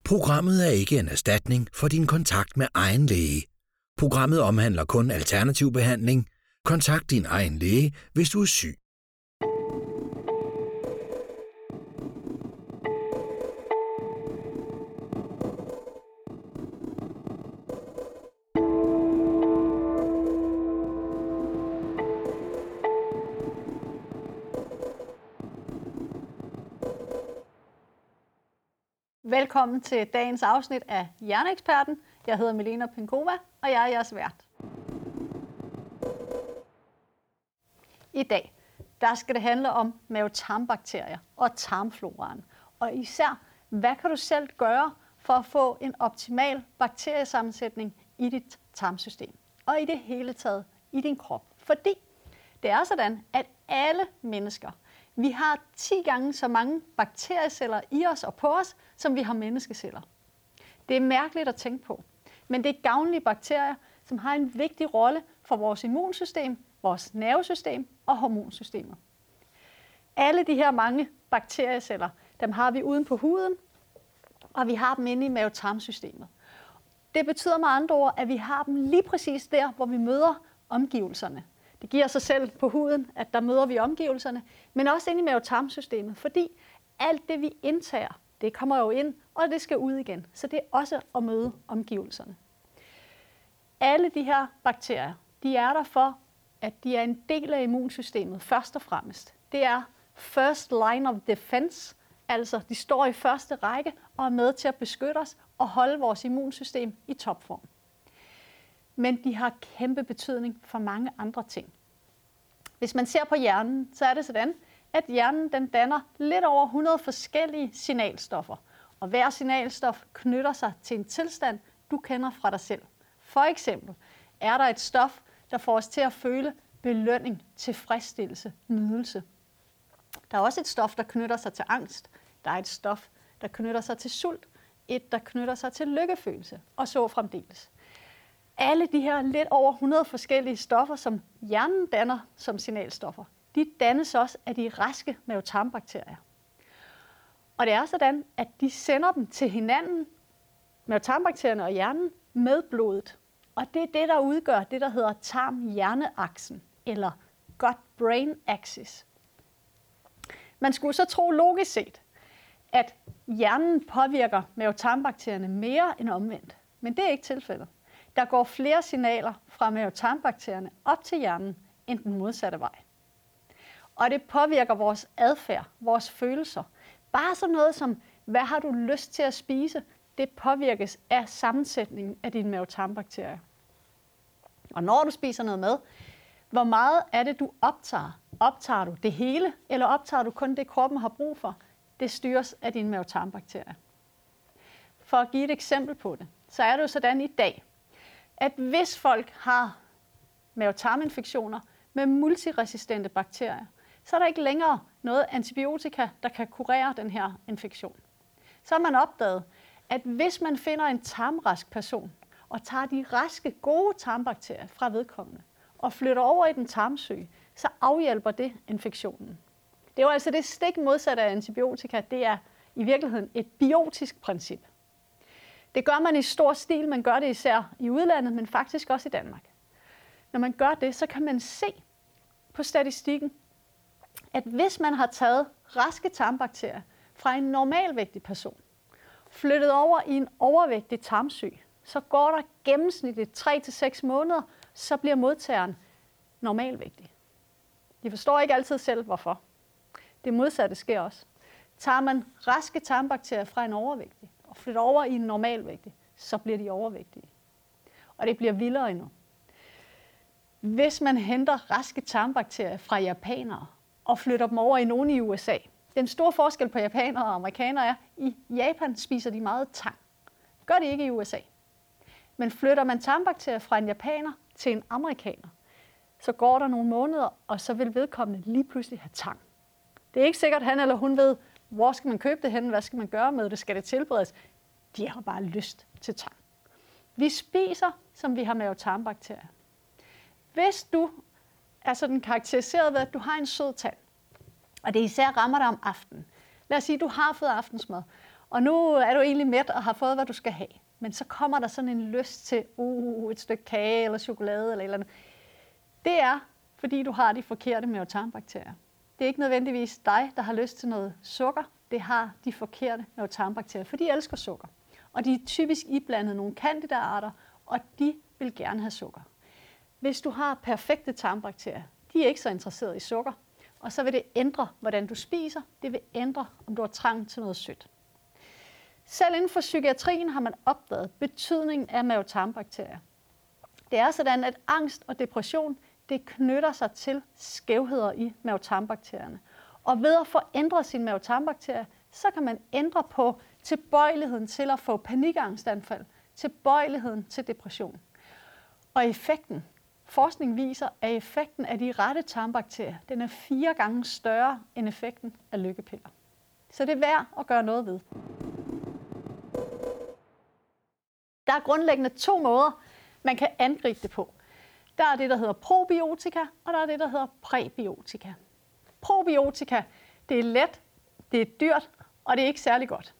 Programmet er ikke en erstatning for din kontakt med egen læge. Programmet omhandler kun alternativ behandling. Kontakt din egen læge, hvis du er syg. Velkommen til dagens afsnit af Hjerneeksperten. Jeg hedder Milena Penkova, og jeg er jeres vært. I dag der skal det handle om mave-tarmbakterier og tarmfloraen. Og især, hvad kan du selv gøre for at få en optimal bakteriesammensætning i dit tarmsystem og i det hele taget i din krop. Fordi det er sådan, at alle mennesker, vi har 10 gange så mange bakterieceller i os og på os, som vi har menneskeceller. Det er mærkeligt at tænke på, men det er gavnlige bakterier, som har en vigtig rolle for vores immunsystem, vores nervesystem og hormonsystemet. Alle de her mange bakterieceller, dem har vi uden på huden, og vi har dem inde i mave-tarmsystemet. Det betyder med andre ord, at vi har dem lige præcis der, hvor vi møder omgivelserne. Det giver sig selv på huden, at der møder vi omgivelserne, men også inde i mave-tarmsystemet, fordi alt det, vi indtager, det kommer jo ind, og det skal ud igen. Så det er også at møde omgivelserne. Alle de her bakterier, de er der for, at de er en del af immunsystemet først og fremmest. Det er first line of defense, altså de står i første række og er med til at beskytte os og holde vores immunsystem i topform. Men de har kæmpe betydning for mange andre ting. Hvis man ser på hjernen, så er det sådan, at hjernen den danner lidt over 100 forskellige signalstoffer. Og hver signalstof knytter sig til en tilstand, du kender fra dig selv. For eksempel er der et stof, der får os til at føle belønning, tilfredsstillelse, nydelse. Der er også et stof, der knytter sig til angst. Der er et stof, der knytter sig til sult. Et, der knytter sig til lykkefølelse, og så fremdeles. Alle de her lidt over 100 forskellige stoffer, som hjernen danner som signalstoffer, de dannes også af de raske mave-tarmbakterier. Og det er sådan, at de sender dem til hinanden, mave-tarmbakterierne og hjernen, med blodet. Og det er det, der udgør det, der hedder tarm-hjerneaksen, eller gut-brain axis. Man skulle så tro logisk set, at hjernen påvirker mave-tarmbakterierne mere end omvendt. Men det er ikke tilfældet. Der går flere signaler fra mave-tarmbakterierne op til hjernen, end den modsatte vej. Og det påvirker vores adfærd, vores følelser. Bare sådan noget som, hvad har du lyst til at spise, det påvirkes af sammensætningen af dine mave-tarmbakterier. Og når du spiser noget mad, hvor meget er det, du optager? Optager du det hele, eller optager du kun det, kroppen har brug for? Det styres af dine mave-tarmbakterier. For at give et eksempel på det, så er det jo sådan i dag, at hvis folk har mave-tarminfektioner med multiresistente bakterier, så er der ikke længere noget antibiotika, der kan kurere den her infektion. Så har man opdaget, at hvis man finder en tarmrask person og tager de raske, gode tarmbakterier fra vedkommende og flytter over i den tarmsyge, så afhjælper det infektionen. Det er jo altså det stik modsatte af antibiotika. Det er i virkeligheden et biotisk princip. Det gør man i stor stil, man gør det især i udlandet, men faktisk også i Danmark. Når man gør det, så kan man se på statistikken, at hvis man har taget raske tarmbakterier fra en normalvægtig person, flyttet over i en overvægtig tarmsyg, så går der gennemsnitligt 3 til 6 måneder, så bliver modtageren normalvægtig. De forstår ikke altid selv, hvorfor. Det modsatte sker også. Tager man raske tarmbakterier fra en overvægtig og flytter over i en normalvægtig, så bliver de overvægtige. Og det bliver vildere endnu. Hvis man henter raske tarmbakterier fra japanere og flytter dem over i nogen i USA. Den store forskel på japanere og amerikanere er, at i Japan spiser de meget tang. Gør de ikke i USA. Men flytter man tarmbakterier fra en japaner til en amerikaner, så går der nogle måneder, og så vil vedkommende lige pludselig have tang. Det er ikke sikkert, at han eller hun ved, hvor skal man købe det hen, hvad skal man gøre med det, skal det tilberedes. De har bare lyst til tang. Vi spiser, som vi har mave-tarmbakterier. Hvis du er sådan karakteriseret ved, at du har en sød tand, og det især rammer dig om aftenen. Lad os sige, at du har fået aftensmad, Og nu er du egentlig mæt og har fået, hvad du skal have. Men så kommer der sådan en lyst til et stykke kage eller chokolade eller et eller andet. Det er, fordi du har de forkerte mavetarmbakterier. Det er ikke nødvendigvis dig, der har lyst til noget sukker. Det har de forkerte mavetarmbakterier, for de elsker sukker. Og de er typisk iblandet nogle candidaarter, og de vil gerne have sukker. Hvis du har perfekte tarmbakterier, de er ikke så interesserede i sukker, og så vil det ændre, hvordan du spiser. Det vil ændre, om du har trang til noget sødt. Selv inden for psykiatrien har man opdaget betydningen af mavetarmbakterier. Det er sådan, at angst og depression, det knytter sig til skævheder i mavetarmbakterierne. Og ved at få ændret sine mavetarmbakterier, så kan man ændre på tilbøjeligheden til at få panikangstanfald, tilbøjeligheden til depression. Og forskning viser, at effekten af de rette tarmbakterier, den er 4 gange større end effekten af lykkepiller. Så det er værd at gøre noget ved. Der er grundlæggende 2 måder, man kan angribe det på. Der er det, der hedder probiotika, og der er det, der hedder præbiotika. Probiotika, det er let, det er dyrt, og det er ikke særlig godt.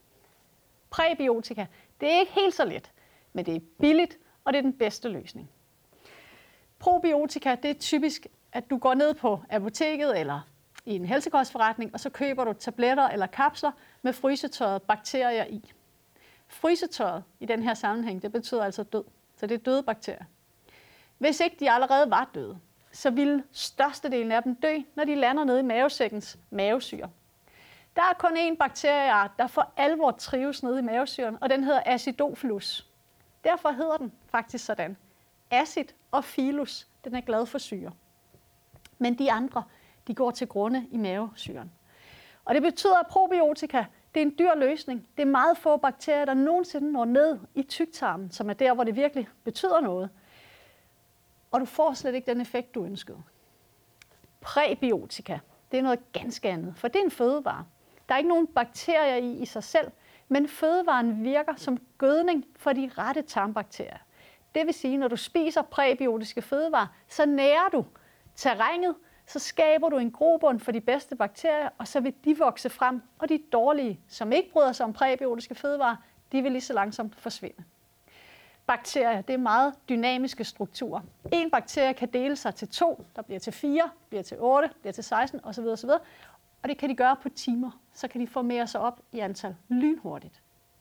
Præbiotika, det er ikke helt så let, men det er billigt, og det er den bedste løsning. Probiotika, det er typisk, at du går ned på apoteket eller i en helsekostforretning, og så køber du tabletter eller kapsler med frysetørrede bakterier i. Frysetørret i den her sammenhæng, det betyder altså død. Så det er døde bakterier. Hvis ikke de allerede var døde, så ville størstedelen af dem dø, når de lander nede i mavesækkens mavesyre. Der er kun én bakterieart, der for alvor trives nede i mavesyren, og den hedder Acidophilus. Derfor hedder den faktisk sådan. Acid og philus, den er glad for syre. Men de andre, de går til grunde i mavesyren. Og det betyder, at probiotika, det er en dyr løsning. Det er meget få bakterier, der nogensinde når ned i tyktarmen, som er der, hvor det virkelig betyder noget. Og du får slet ikke den effekt, du ønskede. Præbiotika, det er noget ganske andet, for det er en fødevare. Der er ikke nogen bakterier i sig selv, men fødevaren virker som gødning for de rette tarmbakterier. Det vil sige, når du spiser præbiotiske fødevarer, så nærer du terrænet, så skaber du en grobund for de bedste bakterier, og så vil de vokse frem, og de dårlige, som ikke bryder sig om præbiotiske fødevarer, de vil lige så langsomt forsvinde. Bakterier, det er meget dynamiske strukturer. En bakterie kan dele sig til 2, der bliver til 4, bliver til 8, bliver til 16 osv. osv. Og det kan de gøre på timer. Så kan de formere sig op i antal lynhurtigt.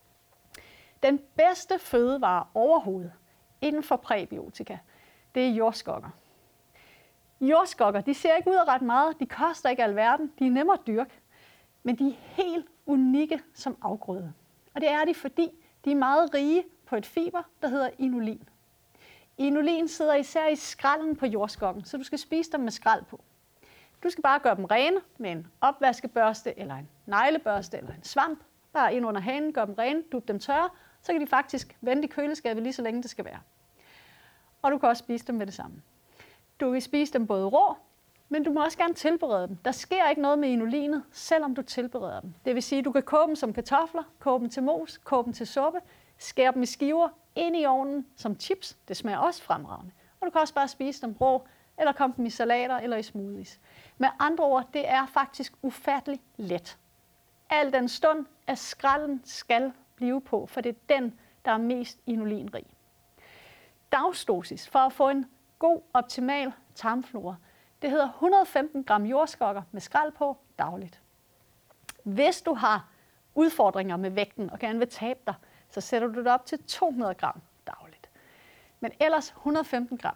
Den bedste fødevare overhovedet inden for præbiotika, det er jordskokker. Jordskokker, de ser ikke ud af ret meget, de koster ikke alverden, de er nemmere at dyrke, men de er helt unikke som afgrøde. Og det er de, fordi de er meget rige på et fiber, der hedder inulin. Inulin sidder især i skralden på jordskokken, så du skal spise dem med skrald på. Du skal bare gøre dem rene med en opvaskebørste, eller en neglebørste, eller en svamp. Bare ind under hanen, gør dem rene, dub dem tørre, så kan de faktisk vente i køleskabet lige så længe det skal være. Og du kan også spise dem med det samme. Du kan spise dem både rå, men du må også gerne tilberede dem. Der sker ikke noget med inulinet, selvom du tilbereder dem. Det vil sige, at du kan koge dem som kartofler, koge dem til mos, koge dem til suppe, skære dem i skiver ind i ovnen som chips. Det smager også fremragende. Og du kan også bare spise dem rå, eller komme dem i salater eller i smoothies. Med andre ord, det er faktisk ufattelig let. Al den stund, at skralden skal blive på, for det er den, der er mest inulinrig. Dagsdosis for at få en god, optimal tarmflora, det hedder 115 gram jordskokker med skrald på dagligt. Hvis du har udfordringer med vægten og gerne vil tabe dig, så sætter du det op til 200 gram dagligt. Men ellers 115 gram.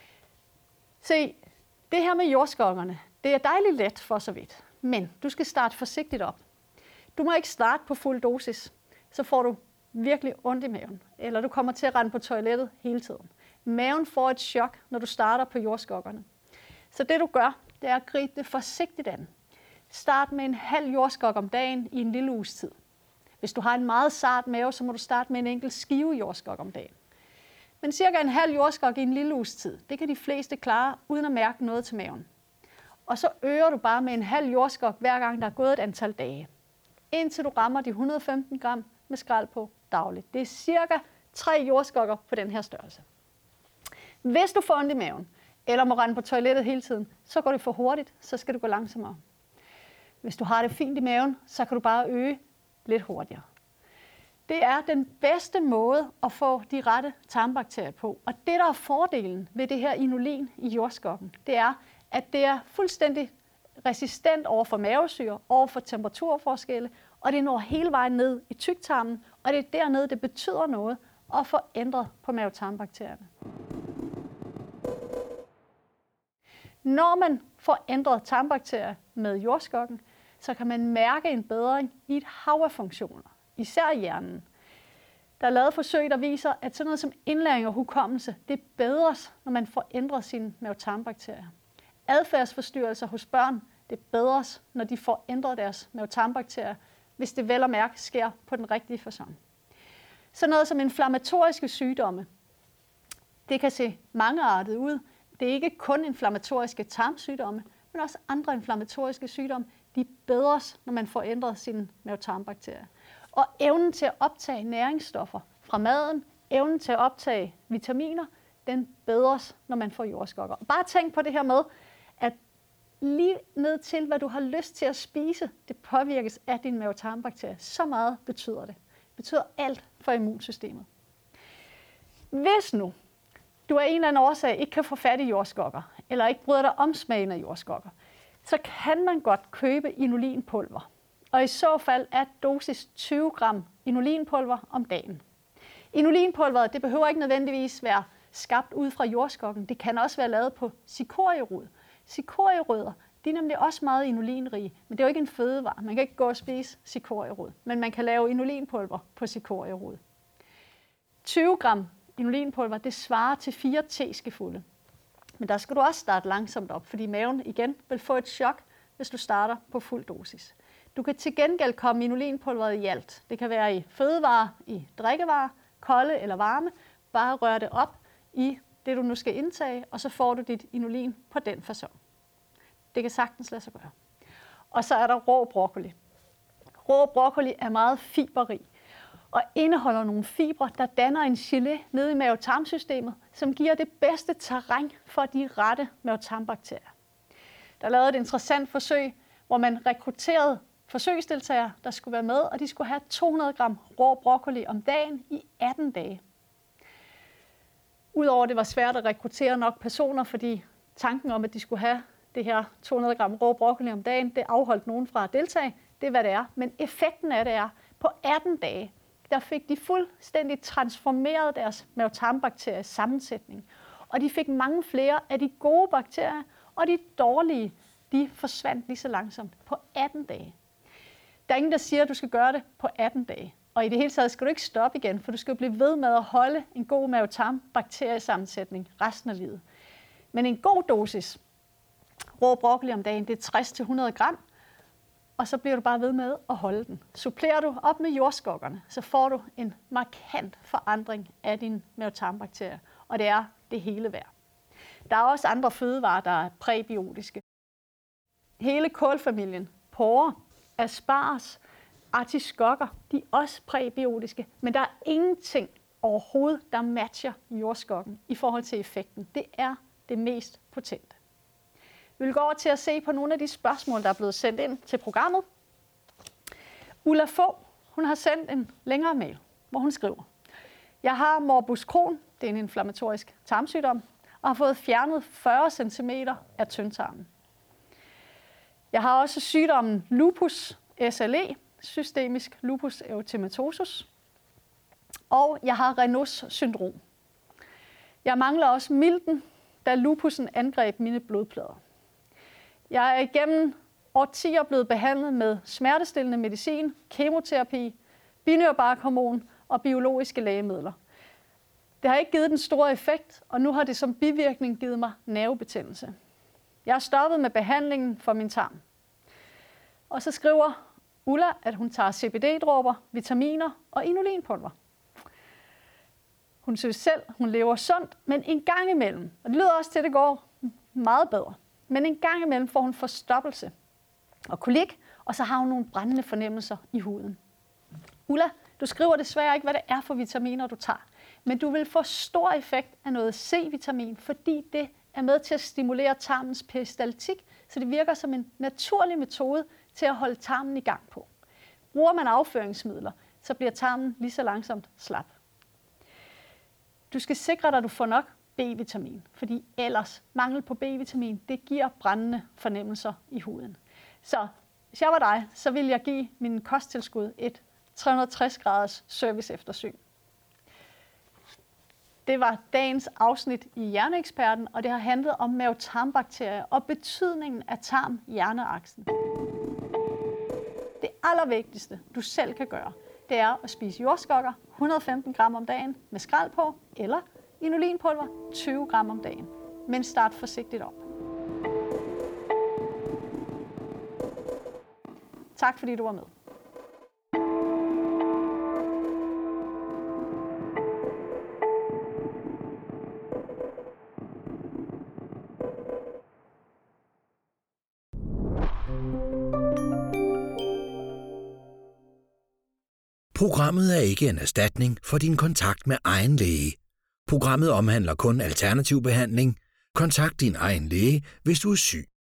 Se, det her med jordskokkerne, det er dejligt let for så vidt, men du skal starte forsigtigt op. Du må ikke starte på fuld dosis, så får du virkelig ondt i maven, eller du kommer til at rende på toilettet hele tiden. Maven får et chok, når du starter på jordskokkerne. Så det du gør, det er at gribe det forsigtigt an. Start med en halv jordskok om dagen i en lille uges tid. Hvis du har en meget sart mave, så må du starte med en enkelt skive jordskok om dagen. Men cirka en halv jordskok i en lille uges tid, det kan de fleste klare uden at mærke noget til maven. Og så øger du bare med en halv jordskok hver gang der er gået et antal dage. Indtil du rammer de 115 gram med skrald på dagligt. Det er cirka 3 jordskokker på den her størrelse. Hvis du får ondt i maven, eller må rende på toilettet hele tiden, så går det for hurtigt, så skal du gå langsommere. Hvis du har det fint i maven, så kan du bare øge lidt hurtigere. Det er den bedste måde at få de rette tarmbakterier på. Og det, der er fordelen ved det her inulin i jordskokken, det er, at det er fuldstændig resistent over for mavesyre, over for temperaturforskelle, og det når hele vejen ned i tyktarmen, og det er dernede, det betyder noget at få ændret på mavetarmbakterierne. Når man får ændret tarmbakterier med jordskokken, så kan man mærke en bedring i et hav af funktioner, især i hjernen. Der er lavet forsøg, der viser, at sådan noget som indlæring og hukommelse, det bedres, når man får ændret sine mavetarmbakterier. Adfærdsforstyrrelser hos børn, det bedres, når de får ændret deres mavetarmbakterier, hvis det vel og mærke sker på den rigtige facon. Sådan noget som inflammatoriske sygdomme, det kan se mangeartet ud. Det er ikke kun inflammatoriske tarmsygdomme, men også andre inflammatoriske sygdomme. De bedres, når man får ændret sine mavetarmbakterier. Og evnen til at optage næringsstoffer fra maden, evnen til at optage vitaminer, den bedres, når man får jordskokker. Og bare tænk på det her med, at lige ned til, hvad du har lyst til at spise, det påvirkes af dine mavetarmbakterier. Så meget betyder det. Det betyder alt for immunsystemet. Hvis nu du af en eller anden årsag ikke kan få fat i jordskokker, eller ikke bryder dig om smagen af jordskokker, så kan man godt købe inulinpulver. Og i så fald er dosis 20 gram inulinpulver om dagen. Inulinpulveret, det behøver ikke nødvendigvis være skabt ud fra jordskokken. Det kan også være lavet på cikorierod. Cikorierødder, de er nemlig også meget inulinrige, men det er jo ikke en fødevare. Man kan ikke gå og spise cikorierod, men man kan lave inulinpulver på cikorierod. 20 gram inulinpulver, det svarer til 4 teskefulde. Men der skal du også starte langsomt op, fordi maven igen vil få et chok, hvis du starter på fuld dosis. Du kan til gengæld komme inulinpulveret i alt. Det kan være i fødevarer, i drikkevarer, kolde eller varme. Bare rør det op i det, du nu skal indtage, og så får du dit inulin på den facon. Det kan sagtens lade sig gøre. Og så er der rå broccoli. Rå broccoli er meget fiberrig og indeholder nogle fibre, der danner en gelé nede i mavetarmsystemet, som giver det bedste terræn for de rette mavetarmbakterier. Der er lavet et interessant forsøg, hvor man rekrutterede forsøgsdeltagere, der skulle være med, og de skulle have 200 gram rå broccoli om dagen i 18 dage. Udover det var svært at rekruttere nok personer, fordi tanken om, at de skulle have det her 200 gram rå broccoli om dagen, det afholdt nogen fra at deltage. Det er, hvad det er. Men effekten af det er, på 18 dage, der fik de fuldstændig transformeret deres mavetarmbakteriers sammensætning. Og de fik mange flere af de gode bakterier, og de dårlige, de forsvandt lige så langsomt på 18 dage. Der er ingen, der siger, at du skal gøre det på 18 dage. Og i det hele taget skal du ikke stoppe igen, for du skal blive ved med at holde en god mavetarmbakteriesammensætning resten af livet. Men en god dosis rå broccoli om dagen, det er 60-100 gram, og så bliver du bare ved med at holde den. Supplerer du op med jordskokkerne, så får du en markant forandring af dine mavetarmbakterier, og det er det hele værd. Der er også andre fødevarer, der er præbiotiske. Hele kålfamilien, porre, asparges, artiskokker, de er også præbiotiske, men der er ingenting overhovedet, der matcher jordskokken i forhold til effekten. Det er det mest potente. Vi vil gå over til at se på nogle af de spørgsmål, der er blevet sendt ind til programmet. Ulla Fogh, hun har sendt en længere mail, hvor hun skriver: Jeg har morbus Crohn, det er en inflammatorisk tarmsygdom, og har fået fjernet 40 cm af tyndtarmen. Jeg har også sygdommen lupus SLE, systemisk lupus erythematosus, og jeg har Raynaud's syndrom. Jeg mangler også milten, da lupusen angreb mine blodplader. Jeg er igennem årtier blevet behandlet med smertestillende medicin, kemoterapi, binyrbarkhormon og biologiske lægemidler. Det har ikke givet den store effekt, og nu har det som bivirkning givet mig nervebetændelse. Jeg har stoppet med behandlingen for min tarm. Og så skriver Ulla, at hun tager CBD-dråber, vitaminer og inulinpulver. Hun synes selv, hun lever sundt, men en gang imellem, og det lyder også til, at det går meget bedre, men en gang imellem får hun forstoppelse og kolik, og så har hun nogle brændende fornemmelser i huden. Ulla, du skriver desværre ikke, hvad det er for vitaminer, du tager, men du vil få stor effekt af noget C-vitamin, fordi det er med til at stimulere tarmens peristaltik, så det virker som en naturlig metode til at holde tarmen i gang på. Bruger man afføringsmidler, så bliver tarmen lige så langsomt slap. Du skal sikre dig, at du får nok B-vitamin, fordi ellers mangel på B-vitamin, det giver brændende fornemmelser i huden. Så hvis jeg var dig, så ville jeg give min kosttilskud et 360-graders serviceeftersyn. Det var dagens afsnit i Hjerneeksperten, og det har handlet om mave-tarmbakterier og betydningen af tarm-hjerneaksen. Det allervigtigste, du selv kan gøre, det er at spise jordskokker 115 gram om dagen med skrald på, eller inulinpulver 20 gram om dagen. Men start forsigtigt op. Tak fordi du var med. Programmet er ikke en erstatning for din kontakt med egen læge. Programmet omhandler kun alternativ behandling. Kontakt din egen læge, hvis du er syg.